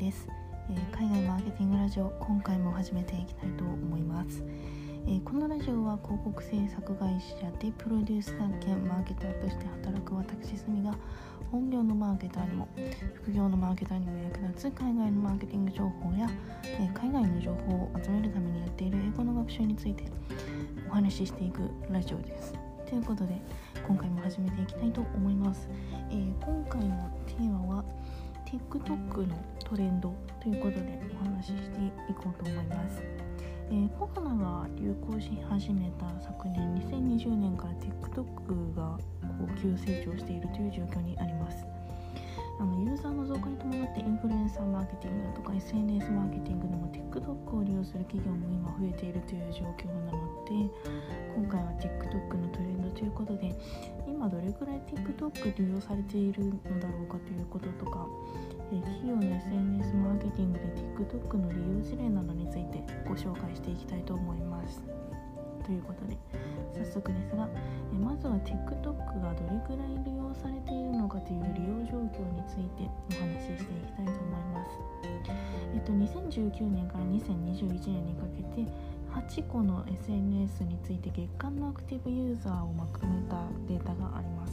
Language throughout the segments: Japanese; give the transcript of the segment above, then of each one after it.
です。海外マーケティングラジオ、今回も始めていきたいと思います。このラジオは広告制作会社でプロデューサー兼マーケターとして働く私すみが、本業のマーケターにも副業のマーケターにも役立つ海外のマーケティング情報や、海外の情報を集めるためにやっている英語の学習についてお話ししていくラジオです。ということで今回も始めていきたいと思います。今回のテーマは TikTok のトレンドということでお話ししていこうと思います。コロナが流行し始めた昨年2020年から TikTok が急成長しているという状況にあります。ユーザーの増加に伴ってインフルエンサーマーケティングだとか SNS マーケティングでも TikTok を利用する企業も今増えているという状況なので、今回は TikTok のトレンドということで、今どれくらい TikTok 利用されているのだろうかということとか、企業の SNS マーケティングで TikTok の利用事例などについてご紹介していきたいと思います。ということで早速ですが、まずは TikTok がどれくらい利用されているのかという利用状況についてお話ししていきたいと思います。2019年から2021年にかけて8個の SNS について月間のアクティブユーザーをまとめたデータがあります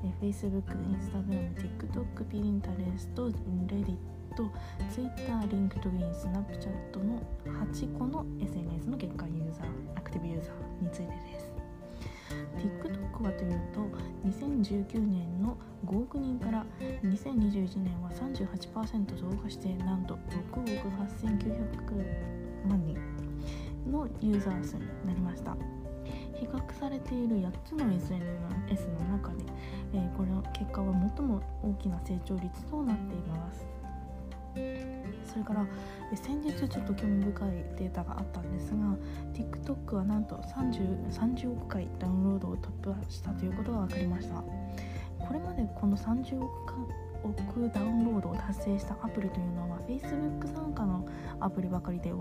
。Facebook、Instagram、TikTok、Pinterest、Reddit、Twitter、LinkedIn、Snapchat の8個の SNS の月間ユーザー、アクティブユーザーについてです。TikTok はというと、2019年の5億人から2021年は 38% 増加して、なんと6億8900万人のユーザー数になりました。比較されている8つの SNS の中で、これの結果は最も大きな成長率となっています。それから先日ちょっと興味深いデータがあったんですが、 TikTok はなんと30億回ダウンロードを突破したということが分かりました。これまでこの30億ダウンロードを達成したアプリというのは Facebook 参加のアプリばかりで、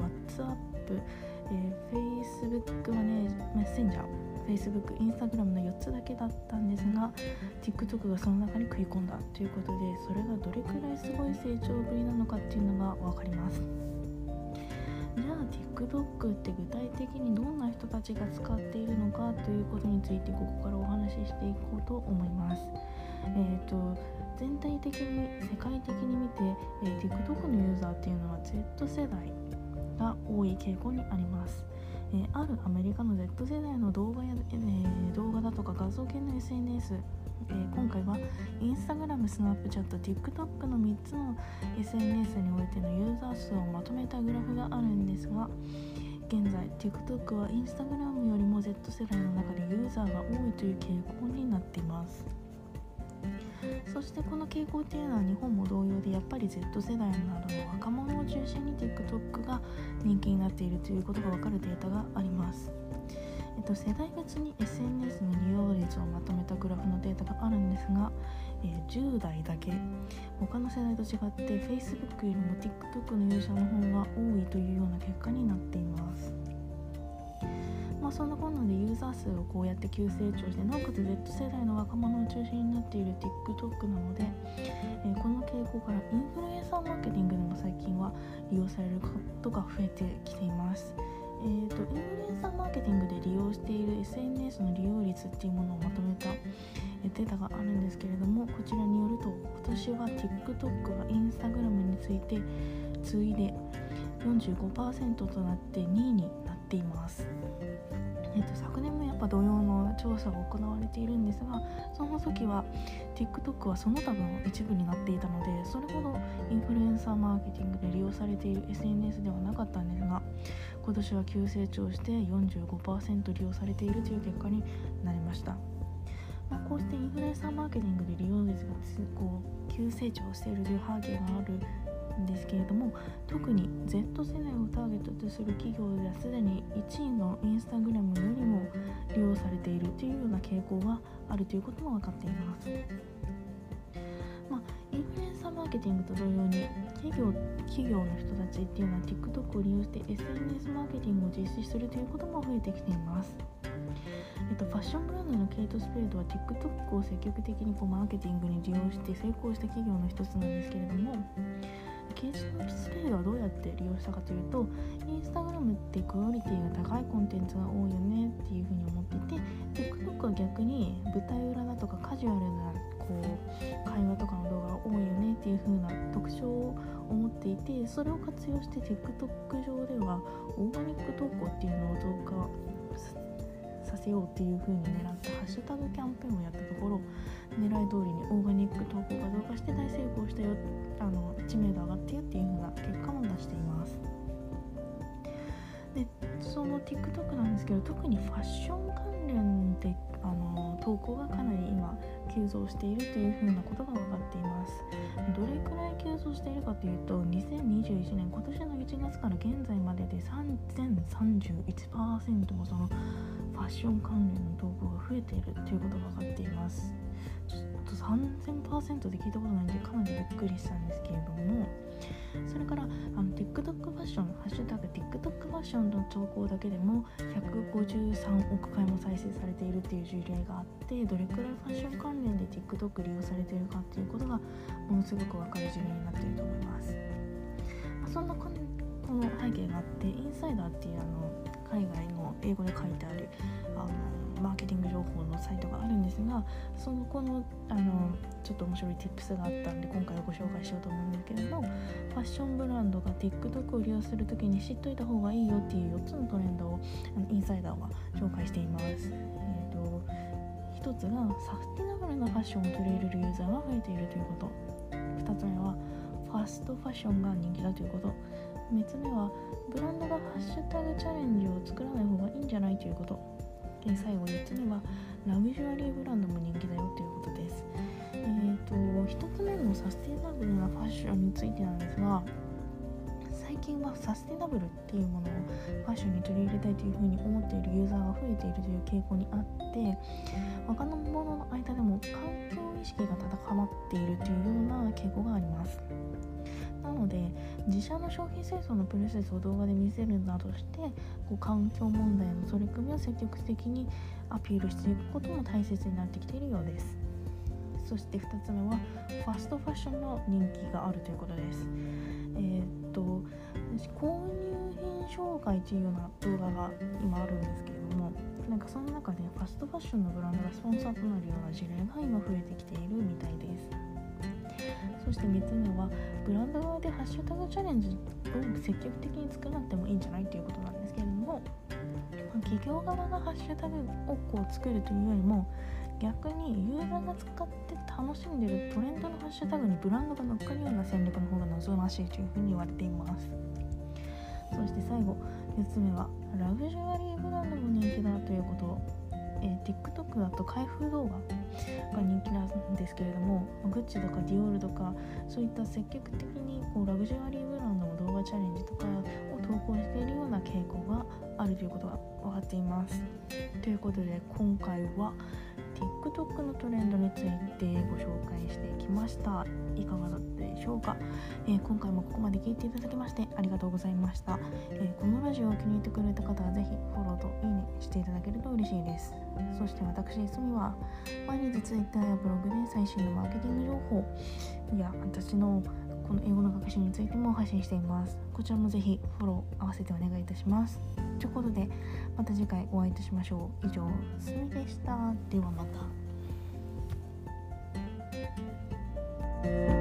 WhatsApp、Facebook マネーメッセンジャー、Facebook、Instagram の4つだけだったんですが、 TikTok がその中に食い込んだということで、それがどれくらいすごい成長ぶりなのかっていうのが分かります。じゃあ TikTok って具体的にどんな人たちが使っているのかということについて、ここからお話ししていこうと思います。全体的に世界的に見て、TikTok のユーザーっていうのは Z 世代が多い傾向にあります。あるアメリカの Z 世代の動画だとか画像系の SNS、今回は Instagram、Snapchat、TikTok の3つの SNS においてのユーザー数をまとめたグラフがあるんですが、現在 TikTok は Instagram よりも Z 世代の中でユーザーが多いという傾向になっています。そしてこの傾向というのは日本も同様で、やっぱり Z 世代などの若者を中心に TikTok が人気になっているということが分かるデータがあります。世代別に SNS の利用率をまとめたグラフのデータがあるんですが、10代だけ他の世代と違って Facebook よりも TikTok のユーザーの方が多いというような結果になっています。そんなこんなでユーザー数をこうやって急成長して、なおかつ Z 世代の若者を中心になっている TikTok なので、この傾向からインフルエンサーマーケティングでも最近は利用されることが増えてきています。インフルエンサーマーケティングで利用している SNS の利用率っていうものをまとめたデータがあるんですけれども、こちらによると今年は TikTok が Instagram について次いで 45% となって2位になっています。昨年もやっぱ同様の調査が行われているんですが、その時は TikTok はその他の一部になっていたので、それほどインフルエンサーマーケティングで利用されている SNS ではなかったんですが、今年は急成長して 45% 利用されているという結果になりました。こうしてインフルエンサーマーケティングで利用率が急成長しているという背景があるんですけれども、特に Z 世代をターゲットとする企業ではすでに1位の Instagram よりも利用されているというような傾向があるということも分かっています。インフルエンサーマーケティングと同様に企業の人たちっていうのは TikTok を利用して SNS マーケティングを実施するということも増えてきています。ファッションブランドのケイト・スペードは TikTok を積極的にマーケティングに利用して成功した企業の一つなんですけれども、 ケースステイはどうやって利用したかというと、インスタグラムってクオリティが高いコンテンツが多いよねっていうふうに思っていて、 TikTok は逆に舞台裏だとかカジュアルな会話とかの動画が多いよねっていう風な特徴を思っていて、それを活用して TikTok 上ではオーガニック投稿っていうのを増加させようっていう風に狙ったハッシュタグキャンペーンをやったところ、狙い通りにオーガニック投稿が増加して大成功したよ、知名度上がってよっていう風な結果も出しています。でその TikTok なんですけど、特にファッション関連で投稿がかなり今急増しているというふうなことが分かっています。どれくらい急増しているかというと、2021年今年の1月から現在までで 3031% もそのファッション関連の投稿が増えているということが分かっています。ちょっと 3000% で聞いたことないんでかなりびっくりしたんですけれども、それからTikTok ファッション、ハッシュタグ TikTok ファッションの投稿だけでも153億回も再生されているっていう事例があって、どれくらいファッション関連で TikTok 利用されているかっていうことがものすごく分かる事例になっていると思います。そんなこの背景があって、インサイダーっていう海外の英語で書いてあるマーケティング情報のサイトがあるんですが、ちょっと面白い tips があったんで今回はご紹介しようと思うんですけれども、ファッションブランドが TikTok を利用するときに知っといた方がいいよっていう4つのトレンドをインサイダーは紹介しています。1つがサスティナブルなファッションを取り入れるユーザーが増えているということ、2つ目はファストファッションが人気だということ、3つ目はブランドがハッシュタグチャレンジを作らない方がいいんじゃないということ、最後4つ目はラグジュアリーブランドも人気だよということです。1つ目のサスティナブルなファッションについてなんですが、最近はサスティナブルっていうものをファッションに取り入れたいというふうに思っているユーザーが増えているという傾向にあって、若者の間でも環境意識が高まっているというような傾向があります。なので自社の商品清掃のプロセスを動画で見せるなどして環境問題の取り組みを積極的にアピールしていくことも大切になってきているようです。そして2つ目はファストファッションの人気があるということです。購入品紹介というような動画が今あるんですけれども、その中でファストファッションのブランドがスポンサーとなるような事例が今増えてきているみたいです。そして3つ目はブランド側でハッシュタグチャレンジを積極的に作らなくてもいいんじゃないということなんですけれども、企業側がハッシュタグを作るというよりも逆にユーザーが使って楽しんでいるトレンドのハッシュタグにブランドが乗っかるような戦略の方が望ましいというふうに言われています。そして最後4つ目はラグジュアリーブランドも人気だということ、TikTok だと開封動画が人気なんですけれども、グッチとかディオールとかそういった積極的にラグジュアリーブランドの動画チャレンジとかを投稿しているような傾向があるということが分かっています。ということで今回は TikTok のトレンドについてご紹介していきました。いかがだったでしょうか。今回もここまで聞いていただきましてありがとうございました。このラジオを気に入ってくれた方はぜひフォローといいねしていただけると嬉しいです。そして私すみは毎日 Twitter やブログで最新のマーケティング情報や私のこの英語の学習についても発信しています。こちらもぜひフォロー合わせてお願いいたします。ということでまた次回お会いいたしましょう。以上すみでした。ではまた。